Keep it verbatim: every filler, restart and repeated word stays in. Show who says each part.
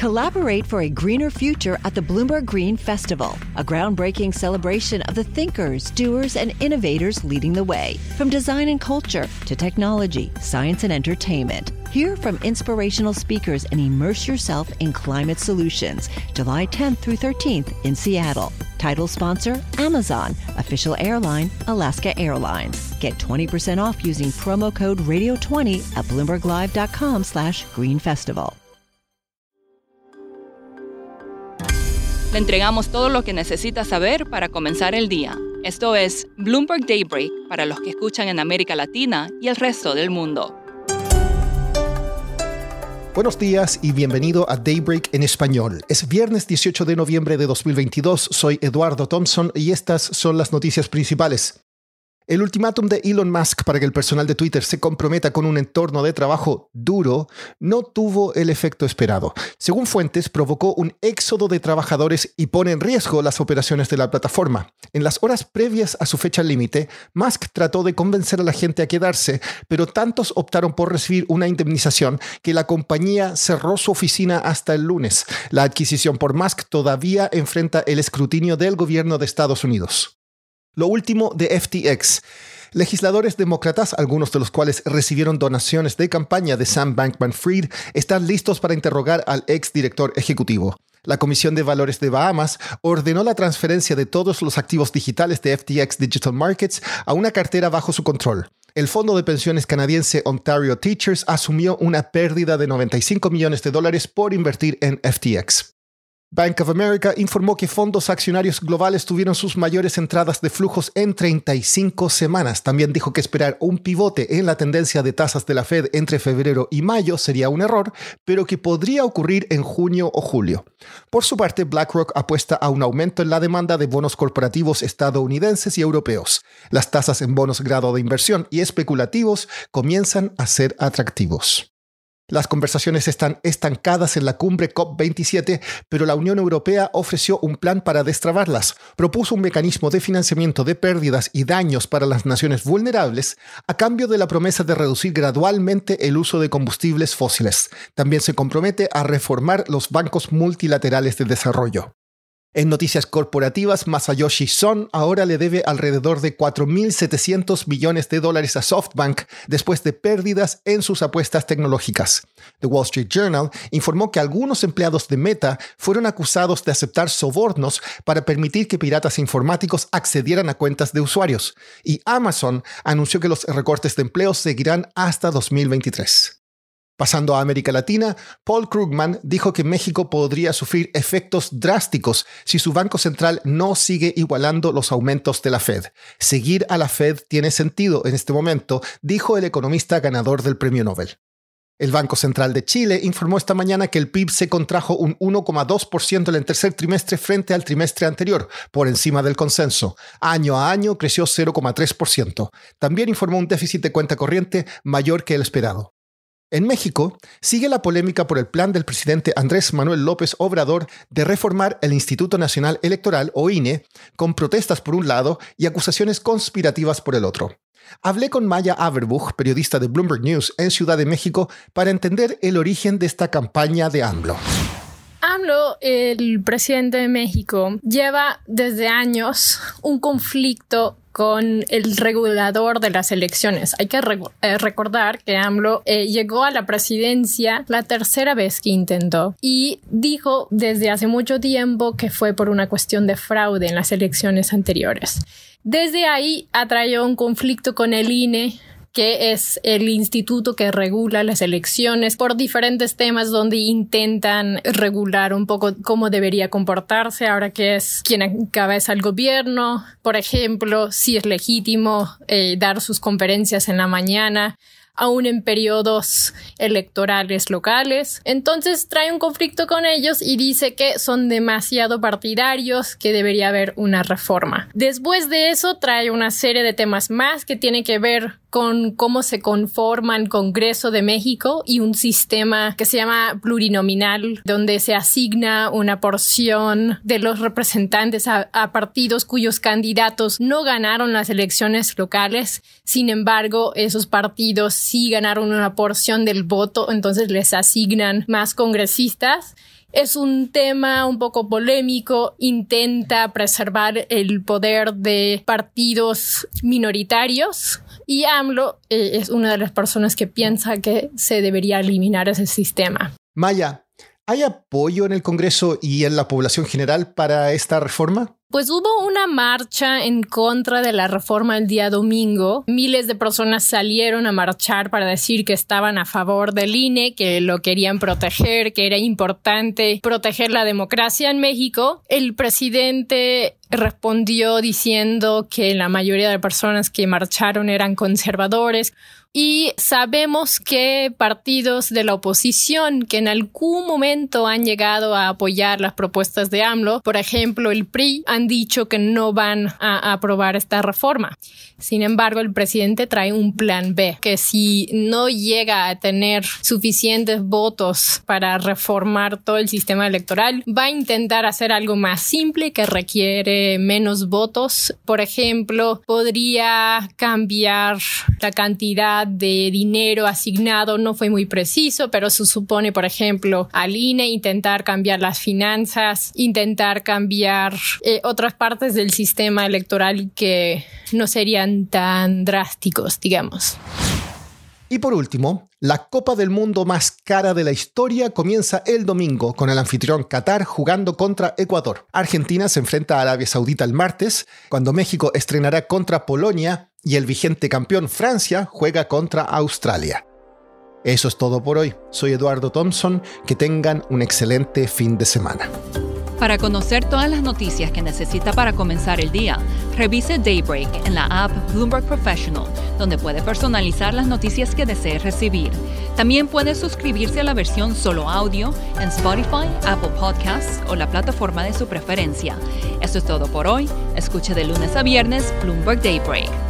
Speaker 1: Collaborate for a greener future at the Bloomberg Green Festival, a groundbreaking celebration of the thinkers, doers, and innovators leading the way. From design and culture to technology, science, and entertainment. Hear from inspirational speakers and immerse yourself in climate solutions. July tenth through thirteenth in Seattle. Title sponsor, Amazon. Official airline, Alaska Airlines. Get twenty percent off using promo code radio twenty at bloomberglive.com slash green festival.
Speaker 2: Le entregamos todo lo que necesita saber para comenzar el día. Esto es Bloomberg Daybreak para los que escuchan en América Latina y el resto del mundo.
Speaker 3: Buenos días y bienvenido a Daybreak en español. Es viernes dieciocho de noviembre de dos mil veintidós. Soy Eduardo Thompson y estas son las noticias principales. El ultimátum de Elon Musk para que el personal de Twitter se comprometa con un entorno de trabajo duro no tuvo el efecto esperado. Según fuentes, provocó un éxodo de trabajadores y pone en riesgo las operaciones de la plataforma. En las horas previas a su fecha límite, Musk trató de convencer a la gente a quedarse, pero tantos optaron por recibir una indemnización que la compañía cerró su oficina hasta el lunes. La adquisición por Musk todavía enfrenta el escrutinio del gobierno de Estados Unidos. Lo último de F T X. Legisladores demócratas, algunos de los cuales recibieron donaciones de campaña de Sam Bankman-Fried, están listos para interrogar al exdirector ejecutivo. La Comisión de Valores de Bahamas ordenó la transferencia de todos los activos digitales de F T X Digital Markets a una cartera bajo su control. El fondo de pensiones canadiense Ontario Teachers asumió una pérdida de noventa y cinco millones de dólares por invertir en F T X. Bank of America informó que fondos accionarios globales tuvieron sus mayores entradas de flujos en treinta y cinco semanas. También dijo que esperar un pivote en la tendencia de tasas de la Fed entre febrero y mayo sería un error, pero que podría ocurrir en junio o julio. Por su parte, BlackRock apuesta a un aumento en la demanda de bonos corporativos estadounidenses y europeos. Las tasas en bonos grado de inversión y especulativos comienzan a ser atractivos. Las conversaciones están estancadas en la cumbre COP veintisiete, pero la Unión Europea ofreció un plan para destrabarlas. Propuso un mecanismo de financiamiento de pérdidas y daños para las naciones vulnerables a cambio de la promesa de reducir gradualmente el uso de combustibles fósiles. También se compromete a reformar los bancos multilaterales de desarrollo. En noticias corporativas, Masayoshi Son ahora le debe alrededor de cuatro mil setecientos millones de dólares a SoftBank después de pérdidas en sus apuestas tecnológicas. The Wall Street Journal informó que algunos empleados de Meta fueron acusados de aceptar sobornos para permitir que piratas informáticos accedieran a cuentas de usuarios. Y Amazon anunció que los recortes de empleo seguirán hasta dos mil veintitrés. Pasando a América Latina, Paul Krugman dijo que México podría sufrir efectos drásticos si su Banco Central no sigue igualando los aumentos de la Fed. Seguir a la Fed tiene sentido en este momento, dijo el economista ganador del Premio Nobel. El Banco Central de Chile informó esta mañana que el P I B se contrajo un uno coma dos por ciento en el tercer trimestre frente al trimestre anterior, por encima del consenso. Año a año creció cero coma tres por ciento. También informó un déficit de cuenta corriente mayor que el esperado. En México, sigue la polémica por el plan del presidente Andrés Manuel López Obrador de reformar el Instituto Nacional Electoral, o I N E, con protestas por un lado y acusaciones conspirativas por el otro. Hablé con Maya Averbuch, periodista de Bloomberg News en Ciudad de México, para entender el origen de esta campaña de AMLO.
Speaker 4: AMLO, el presidente de México, lleva desde años un conflicto con el regulador de las elecciones. Hay que re- eh, recordar que AMLO eh, llegó a la presidencia la tercera vez que intentó y dijo desde hace mucho tiempo que fue por una cuestión de fraude en las elecciones anteriores. Desde ahí atrajo un conflicto con el I N E, que es el instituto que regula las elecciones por diferentes temas donde intentan regular un poco cómo debería comportarse ahora que es quien encabeza el gobierno. Por ejemplo, si es legítimo eh, dar sus conferencias en la mañana, aún en periodos electorales locales. Entonces trae un conflicto con ellos y dice que son demasiado partidarios, que debería haber una reforma. Después de eso trae una serie de temas más que tiene que ver con cómo se conforma el Congreso de México y un sistema que se llama plurinominal, donde se asigna una porción de los representantes a, a partidos cuyos candidatos no ganaron las elecciones locales. Sin embargo, esos partidos sí ganaron una porción del voto, entonces les asignan más congresistas. Es un tema un poco polémico, intenta preservar el poder de partidos minoritarios y AMLO eh, es una de las personas que piensa que se debería eliminar ese sistema.
Speaker 3: Maya, ¿hay apoyo en el Congreso y en la población general para esta reforma?
Speaker 4: Pues hubo una marcha en contra de la reforma el día domingo. Miles de personas salieron a marchar para decir que estaban a favor del I N E, que lo querían proteger, que era importante proteger la democracia en México. El presidente respondió diciendo que la mayoría de personas que marcharon eran conservadores. Y sabemos que partidos de la oposición que en algún momento han llegado a apoyar las propuestas de AMLO, por ejemplo el P R I, han dicho que no van a aprobar esta reforma. Sin embargo, el presidente trae un plan B, que si no llega a tener suficientes votos para reformar todo el sistema electoral, va a intentar hacer algo más simple que requiere menos votos. Por ejemplo, podría cambiar la cantidad de dinero asignado, no fue muy preciso, pero se supone, por ejemplo, al I N E intentar cambiar las finanzas, intentar cambiar eh, otras partes del sistema electoral que no serían tan drásticos, digamos.
Speaker 3: Y por último, la Copa del Mundo más cara de la historia comienza el domingo con el anfitrión Qatar jugando contra Ecuador. Argentina se enfrenta a Arabia Saudita el martes, cuando México estrenará contra Polonia y el vigente campeón Francia juega contra Australia. Eso es todo por hoy. Soy Eduardo Thompson. Que tengan un excelente fin de semana.
Speaker 2: Para conocer todas las noticias que necesita para comenzar el día, revise Daybreak en la app Bloomberg Professional, donde puede personalizar las noticias que desee recibir. También puede suscribirse a la versión solo audio en Spotify, Apple Podcasts o la plataforma de su preferencia. Eso es todo por hoy. Escuche de lunes a viernes Bloomberg Daybreak.